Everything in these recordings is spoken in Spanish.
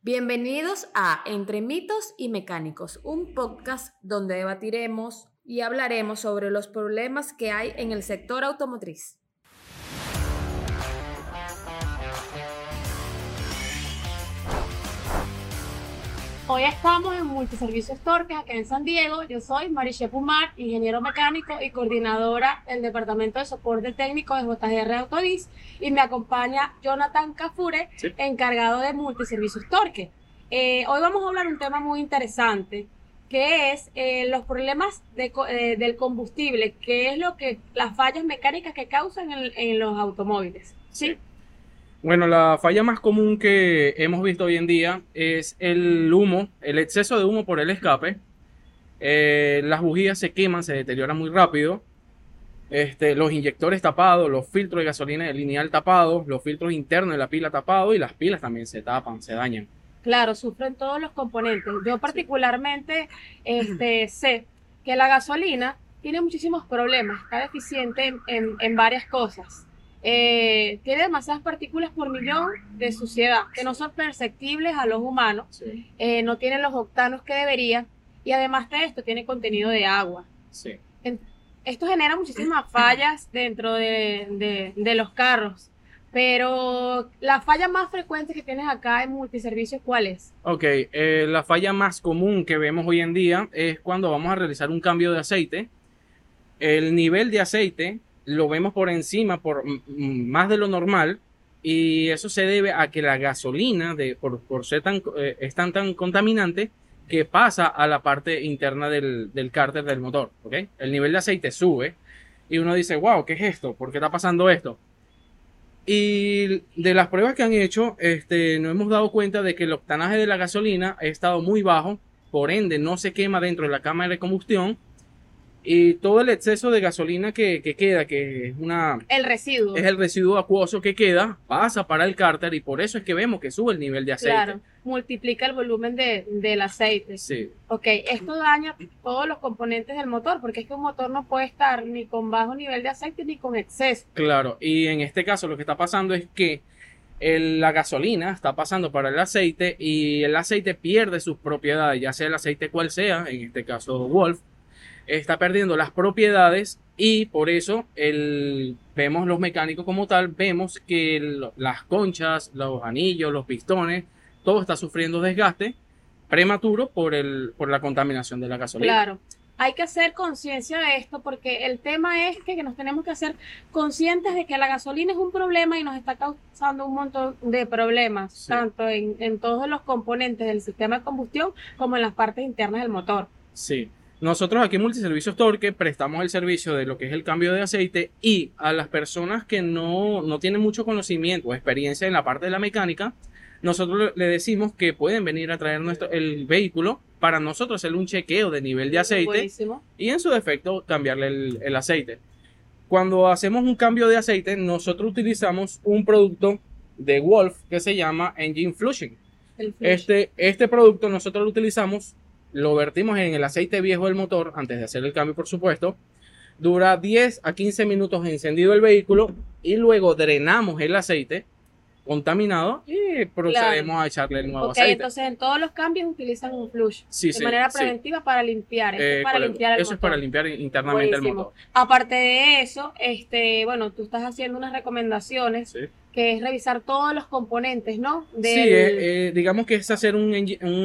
Bienvenidos a Entre mitos y mecánicos, un podcast donde debatiremos y hablaremos sobre los problemas que hay en el sector automotriz. Hoy estamos en Multiservicios Torques, acá en San Diego. Yo soy Mariche Pumar, ingeniero mecánico y coordinadora del Departamento de Soporte Técnico de JGR Autodiz, y me acompaña Jonathan Cafure, encargado de Multiservicios Torques. Hoy vamos a hablar de un tema muy interesante, que es los problemas del combustible, que es las fallas mecánicas que causan en los automóviles. ¿Sí? Bueno, la falla más común que hemos visto hoy en día es el humo, el exceso de humo por el escape. Las bujías se queman, se deterioran muy rápido. Los inyectores tapados, los filtros de gasolina lineal tapados, los filtros internos de la pila tapados y las pilas también se tapan, se dañan. Claro, sufren todos los componentes. Yo particularmente sé que la gasolina tiene muchísimos problemas, está deficiente en varias cosas. Tiene demasiadas partículas por millón de suciedad que no son perceptibles a los humanos, no tiene los octanos que debería, y además de esto tiene contenido de agua. Esto genera muchísimas fallas dentro de los carros, pero la falla más frecuente que tienes acá en Multiservicios, ¿cuál es? La falla más común que vemos hoy en día es cuando vamos a realizar un cambio de aceite. El nivel de aceite lo vemos por encima, por más de lo normal, y eso se debe a que la gasolina, por ser es tan contaminante, que pasa a la parte interna del cárter del motor. El nivel de aceite sube y uno dice, wow, ¿qué es esto? ¿Por qué está pasando esto? Y de las pruebas que han hecho, nos hemos dado cuenta de que el octanaje de la gasolina ha estado muy bajo, por ende no se quema dentro de la cámara de combustión. Y todo el exceso de gasolina que queda, que es el residuo. Es el residuo acuoso que queda, pasa para el cárter, y por eso es que vemos que sube el nivel de aceite. Claro, multiplica el volumen del aceite. Sí. Esto daña todos los componentes del motor, porque es que un motor no puede estar ni con bajo nivel de aceite ni con exceso. Claro, y en este caso lo que está pasando es que la gasolina está pasando para el aceite y el aceite pierde sus propiedades, ya sea el aceite cual sea, en este caso Wolf, está perdiendo las propiedades, y por eso vemos los mecánicos como tal, vemos que las conchas, los anillos, los pistones, todo está sufriendo desgaste prematuro por la contaminación de la gasolina. Claro, hay que hacer conciencia de esto, porque el tema es que nos tenemos que hacer conscientes de que la gasolina es un problema y nos está causando un montón de problemas, tanto en todos los componentes del sistema de combustión como en las partes internas del motor. Sí. Nosotros aquí en Multiservicios Torque prestamos el servicio de lo que es el cambio de aceite, y a las personas que no tienen mucho conocimiento o experiencia en la parte de la mecánica, nosotros le decimos que pueden venir a traer el vehículo para nosotros hacerle un chequeo de nivel de aceite. Buenísimo. Y en su defecto cambiarle el aceite. Cuando hacemos un cambio de aceite, nosotros utilizamos un producto de Wolf que se llama Engine Flushing. Este producto nosotros lo utilizamos, lo vertimos en el aceite viejo del motor antes de hacer el cambio, por supuesto. Dura 10 a 15 minutos encendido el vehículo, y luego drenamos el aceite contaminado y procedemos a echarle el nuevo aceite. Entonces en todos los cambios utilizan un flush de manera preventiva para limpiar. Eso es para limpiar internamente el motor. Aparte de eso, tú estás haciendo unas recomendaciones, que es revisar todos los componentes, ¿no? Digamos que es hacer un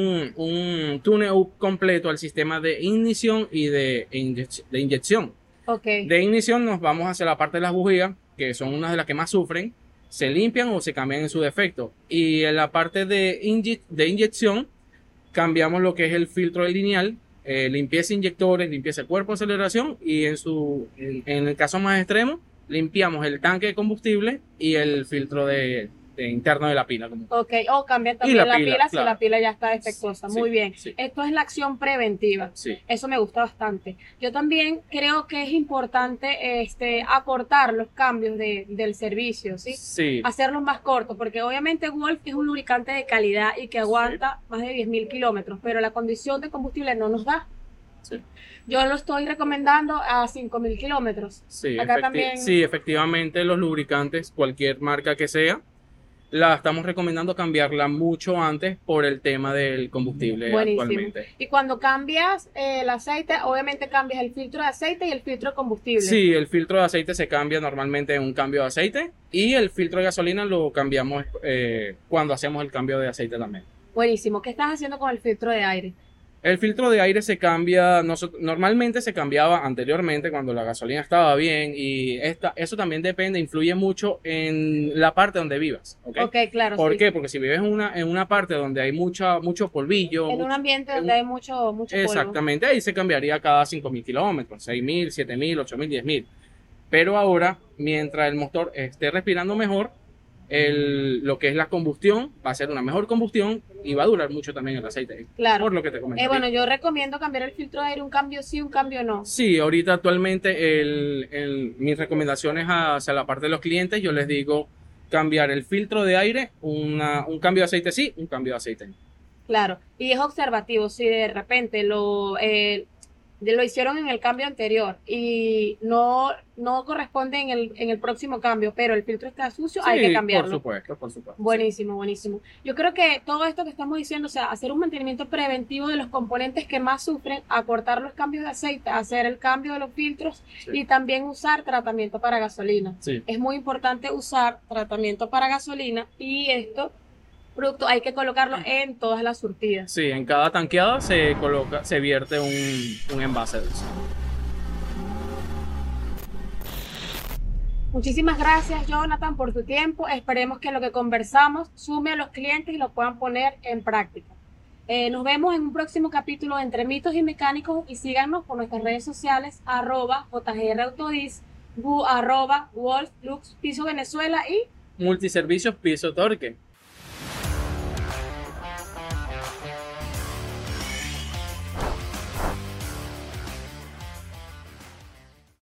tune-up completo al sistema de ignición y de inyección. De ignición nos vamos hacia la parte de las bujías, que son unas de las que más sufren. Se limpian o se cambian en su defecto. Y en la parte de inyección, cambiamos lo que es el filtro lineal, limpieza inyectores, limpieza cuerpo de aceleración, y en el caso más extremo, limpiamos el tanque de combustible y el filtro interno de la pila. Cambiar también la pila, claro, si la pila ya está defectuosa. Muy bien. Esto es la acción preventiva. Eso me gusta bastante. Yo también creo que es importante acortar los cambios del servicio, hacerlos más cortos, porque obviamente Wolf es un lubricante de calidad y que aguanta más de 10.000 kilómetros, pero la condición de combustible no nos da. Yo lo estoy recomendando a 5.000 kilómetros. Efectivamente, los lubricantes, cualquier marca que sea, la estamos recomendando cambiarla mucho antes por el tema del combustible Buenísimo. actualmente. Y cuando cambias el aceite, obviamente cambias el filtro de aceite y el filtro de combustible. Sí, el filtro de aceite se cambia normalmente en un cambio de aceite y el filtro de gasolina lo cambiamos cuando hacemos el cambio de aceite también. Buenísimo. ¿Qué estás haciendo con el filtro de aire? El filtro de aire se cambia, normalmente se cambiaba anteriormente cuando la gasolina estaba bien y eso también depende, influye mucho en la parte donde vivas. Ok, claro. ¿Por sí. qué? Porque si vives en una parte donde hay mucho polvillo. En un ambiente donde hay mucho polvo. Exactamente, ahí se cambiaría cada 5.000 kilómetros, 6.000, 7.000, 8.000, 10.000. Pero ahora, mientras el motor esté respirando mejor, lo que es la combustión va a ser una mejor combustión y va a durar mucho también el aceite. Claro. Por lo que te comenté. Bueno, yo recomiendo cambiar el filtro de aire, un cambio sí, un cambio no. Sí, ahorita actualmente mis recomendaciones hacia la parte de los clientes, yo les digo cambiar el filtro de aire, un cambio de aceite sí, un cambio de aceite no. Claro, y es observativo, si de repente lo hicieron en el cambio anterior y no corresponde en el próximo cambio, pero el filtro está sucio, hay que cambiarlo. Por supuesto. Buenísimo, buenísimo. Yo creo que todo esto que estamos diciendo, o sea, hacer un mantenimiento preventivo de los componentes que más sufren, acortar los cambios de aceite, hacer el cambio de los filtros y también usar tratamiento para gasolina. Sí. Es muy importante usar tratamiento para gasolina y esto producto hay que colocarlo en todas las surtidas. Sí, en cada tanqueada se vierte un envase de eso. Muchísimas gracias, Jonathan, por tu tiempo. Esperemos que lo que conversamos sume a los clientes y lo puedan poner en práctica. Nos vemos en un próximo capítulo de Entre Mitos y Mecánicos y síganos por nuestras redes sociales @JGRAutodis, @WolfLux Piso Venezuela y Multiservicios Piso Torque.